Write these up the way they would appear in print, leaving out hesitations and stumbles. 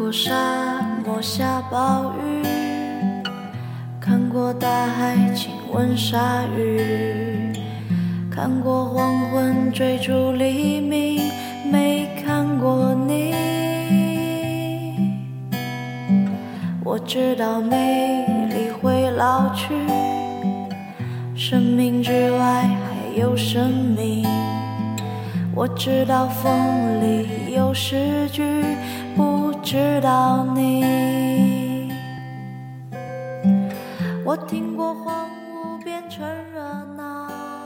过沙漠下暴雨，看过大海亲吻鲨鱼，看过黄昏追逐黎明，没看过你。我知道美丽会老去，生命之外还有生命。我知道风里有诗句，不知道你。我听过荒芜变成热闹。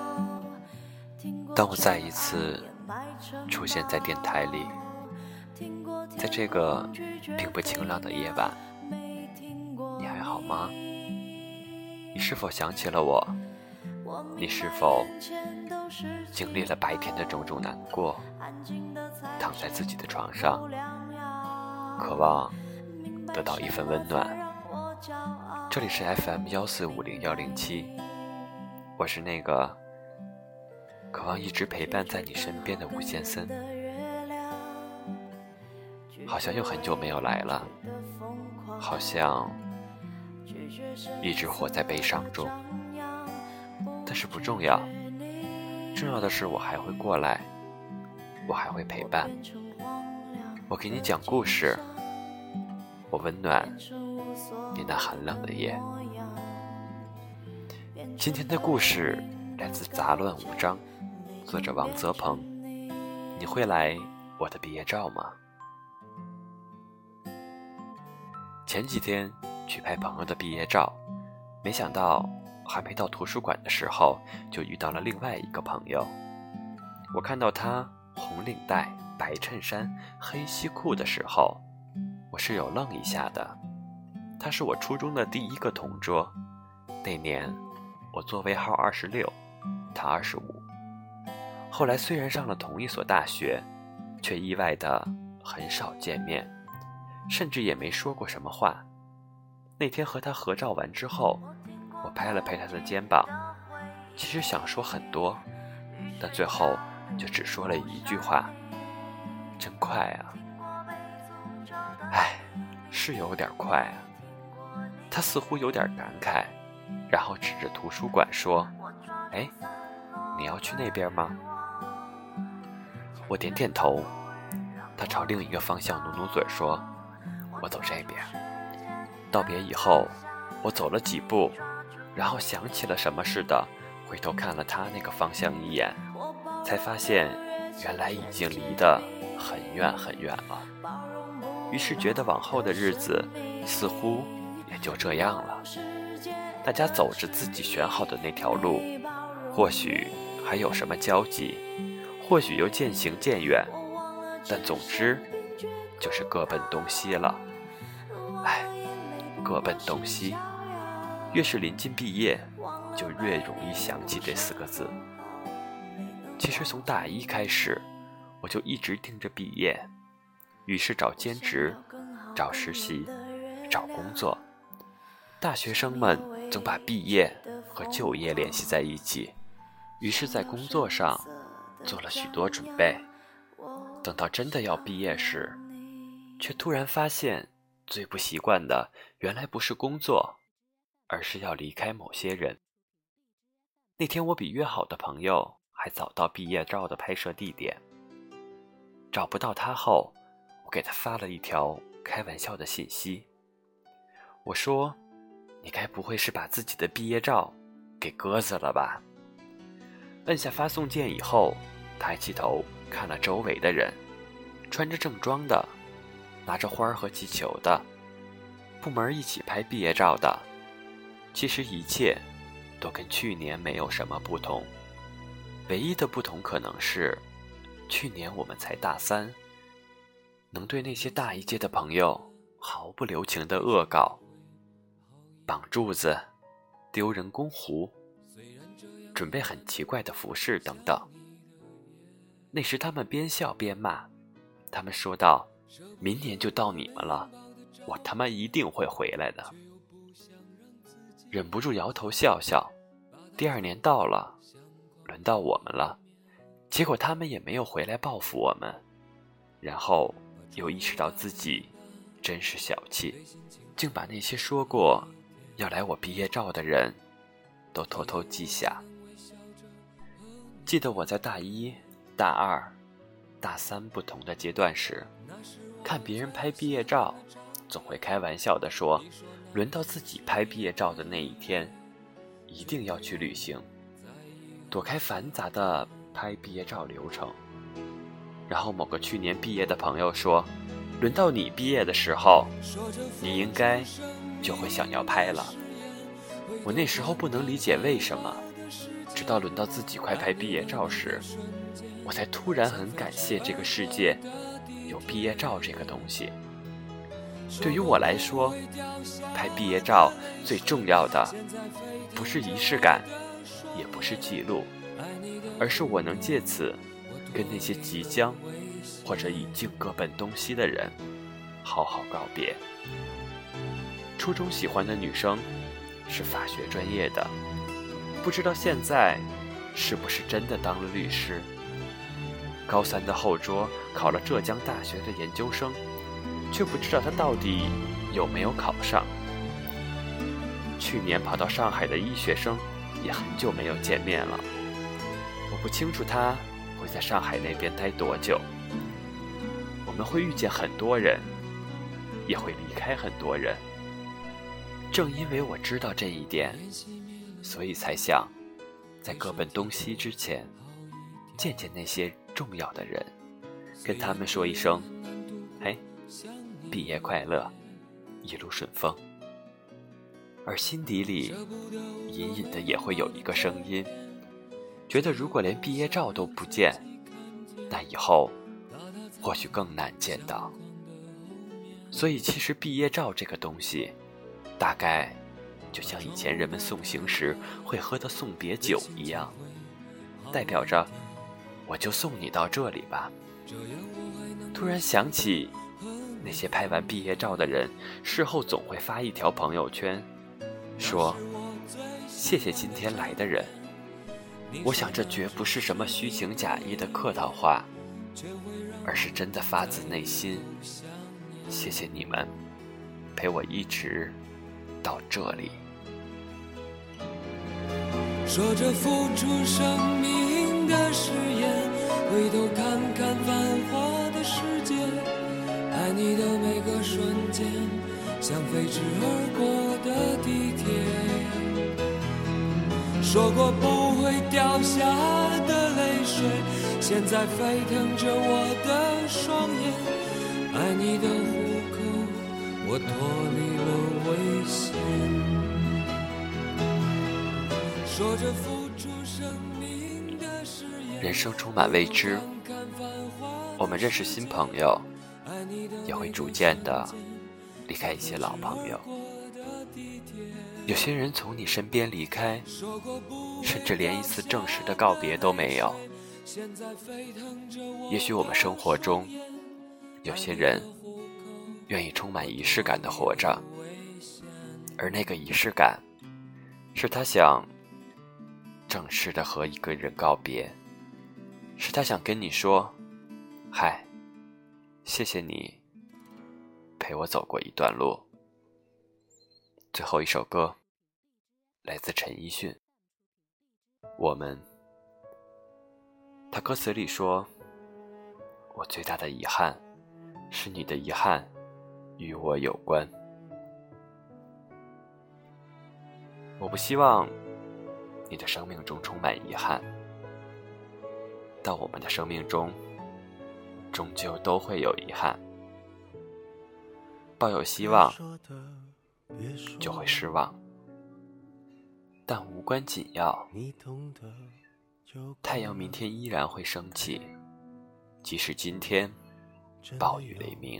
当我再一次出现在电台里，在这个并不晴朗的夜晚，你还好吗？你是否想起了我？你是否经历了白天的种种难过，躺在自己的床上，渴望得到一份温暖？这里是 FM1450107，我是那个渴望一直陪伴在你身边的吴先生。好像又很久没有来了，好像一直活在悲伤中，但是不重要，重要的是我还会过来，我还会陪伴，我给你讲故事，我温暖你那寒冷的夜。今天的故事来自杂乱无章，作者王泽鹏。你会来我的毕业照吗？前几天去拍朋友的毕业照，没想到还没到图书馆的时候，就遇到了另外一个朋友。我看到他红领带、白衬衫、黑西裤的时候，我是有愣一下的。他是我初中的第一个同桌，那年我座位号26，他25。后来虽然上了同一所大学，却意外的很少见面，甚至也没说过什么话。那天和他合照完之后，我拍了拍他的肩膀，其实想说很多，但最后就只说了一句话：真快啊。唉，是有点快啊。他似乎有点感慨，然后指着图书馆说：哎，你要去那边吗？我点点头，他朝另一个方向努努嘴说：我走这边。道别以后，我走了几步，然后想起了什么似的，回头看了他那个方向一眼，才发现原来已经离得很远很远了。于是觉得往后的日子似乎也就这样了，大家走着自己选好的那条路，或许还有什么交集，或许又渐行渐远，但总之就是各奔东西了。唉，各奔东西，越是临近毕业，就越容易想起这4个字。其实从大一开始，我就一直盯着毕业，于是找兼职，找实习，找工作。大学生们总把毕业和就业联系在一起，于是在工作上做了许多准备。等到真的要毕业时，却突然发现最不习惯的原来不是工作，而是要离开某些人。那天我比约好的朋友还早到毕业照的拍摄地点，找不到他后，我给他发了一条开玩笑的信息。我说：你该不会是把自己的毕业照给鸽子了吧？按下发送键以后，抬起头看了周围的人，穿着正装的，拿着花和气球的，部门一起拍毕业照的。其实一切都跟去年没有什么不同，唯一的不同可能是去年我们才大3，能对那些大一届的朋友毫不留情的恶搞，绑柱子，丢人工湖，准备很奇怪的服饰等等。那时他们边笑边骂，他们说道：明年就到你们了，我他妈一定会回来的。忍不住摇头笑笑。第2年到了，轮到我们了，结果他们也没有回来报复我们，然后又意识到自己真是小气，竟把那些说过要来我毕业照的人都偷偷记下。记得我在大一、大二、大三不同的阶段时，看别人拍毕业照，总会开玩笑地说，轮到自己拍毕业照的那一天，一定要去旅行，躲开繁杂的拍毕业照流程。然后某个去年毕业的朋友说，轮到你毕业的时候，你应该就会想要拍了。我那时候不能理解为什么，直到轮到自己快拍毕业照时，我才突然很感谢这个世界有毕业照这个东西。对于我来说，拍毕业照最重要的不是仪式感，也不是记录，而是我能借此跟那些即将或者已经各奔东西的人好好告别。初中喜欢的女生是法学专业的，不知道现在是不是真的当了律师。高三的后桌考了浙江大学的研究生，却不知道他到底有没有考上。去年跑到上海的医学生也很久没有见面了，我不清楚他会在上海那边待多久。我们会遇见很多人，也会离开很多人。正因为我知道这一点，所以才想在各奔东西之前见见那些重要的人，跟他们说一声，嘿，毕业快乐，一路顺风。而心底里隐隐的也会有一个声音，觉得如果连毕业照都不见，那以后或许更难见到。所以其实毕业照这个东西，大概就像以前人们送行时会喝的送别酒一样，代表着我就送你到这里吧。突然想起那些拍完毕业照的人，事后总会发一条朋友圈，说谢谢今天来的人。我想这绝不是什么虚情假意的客套话，而是真的发自内心，谢谢你们陪我一直到这里。 说着付出生命的誓言，回头看看繁华的世界，爱你的每个瞬间，像飞驰而过的地铁。说过不会掉下的泪水，现在沸腾着我的双眼，爱你的虎口，我脱离了危险。说着付出生命的誓言， 人生充满未知，我们认识新朋友，也会逐渐的离开一些老朋友。有些人从你身边离开，甚至连一次正式的告别都没有。也许我们生活中有些人愿意充满仪式感的活着，而那个仪式感是他想正式的和一个人告别，是他想跟你说，嗨，谢谢你陪我走过一段路。最后一首歌来自陈奕迅，我们。他歌词里说，我最大的遗憾是你的遗憾与我有关。我不希望你的生命中充满遗憾，但我们的生命中终究都会有遗憾。抱有希望就会失望，但无关紧要。太阳明天依然会升起，即使今天暴雨雷鸣。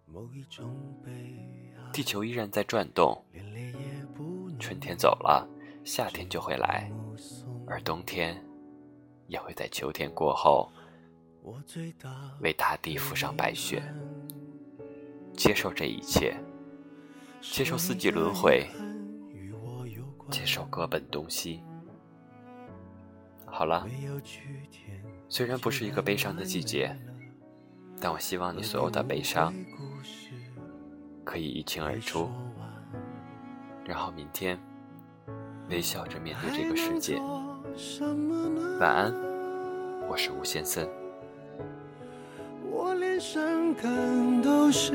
地球依然在转动，春天走了，夏天就会来，而冬天也会在秋天过后为大地铺上白雪。接受这一切，接受四季轮回，接受各奔东西。好了，虽然不是一个悲伤的季节，但我希望你所有的悲伤可以一清二楚，然后明天微笑着面对这个世界。晚安，我是吴先生。 我连伤感都是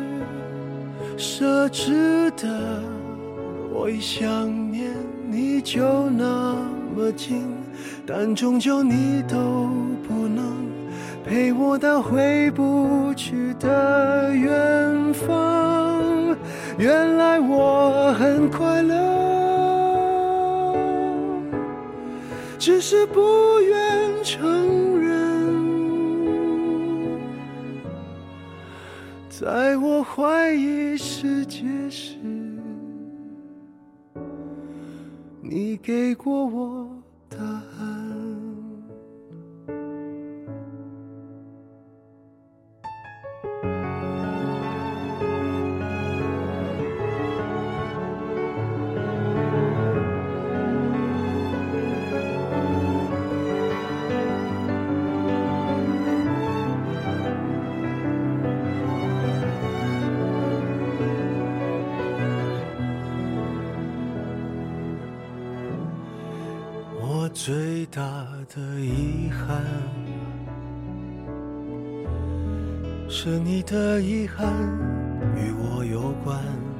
奢侈的，我一想念你就那么近，但终究你都不能陪我到回不去的远方。原来我很快乐，只是不愿承认。在我怀疑世界时，你给过我答案。我最大的遗憾，是你的遗憾与我有关，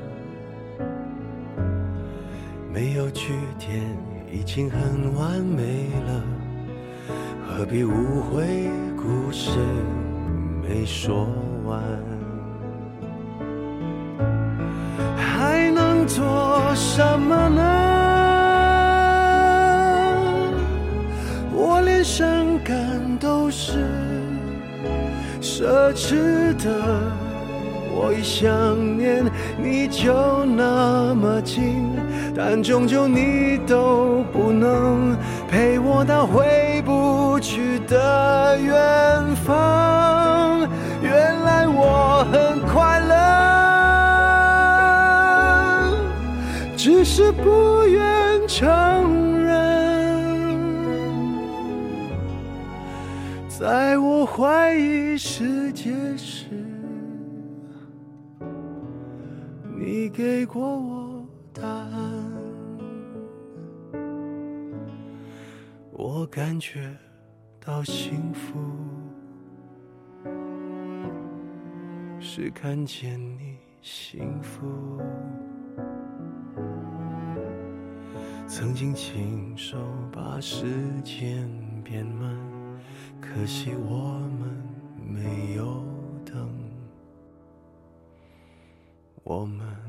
没有句点已经很完美了，何必误会故事没说完？还能做什么呢？我连伤感都是奢侈的，我一想念你就那么近，但终究你都不能陪我到回不去的远方。原来我很快乐，只是不愿承认。在我怀疑世界时，你给过我答案。我感觉到幸福，是看见你幸福。曾经亲手把时间变慢，可惜我们没有等，我们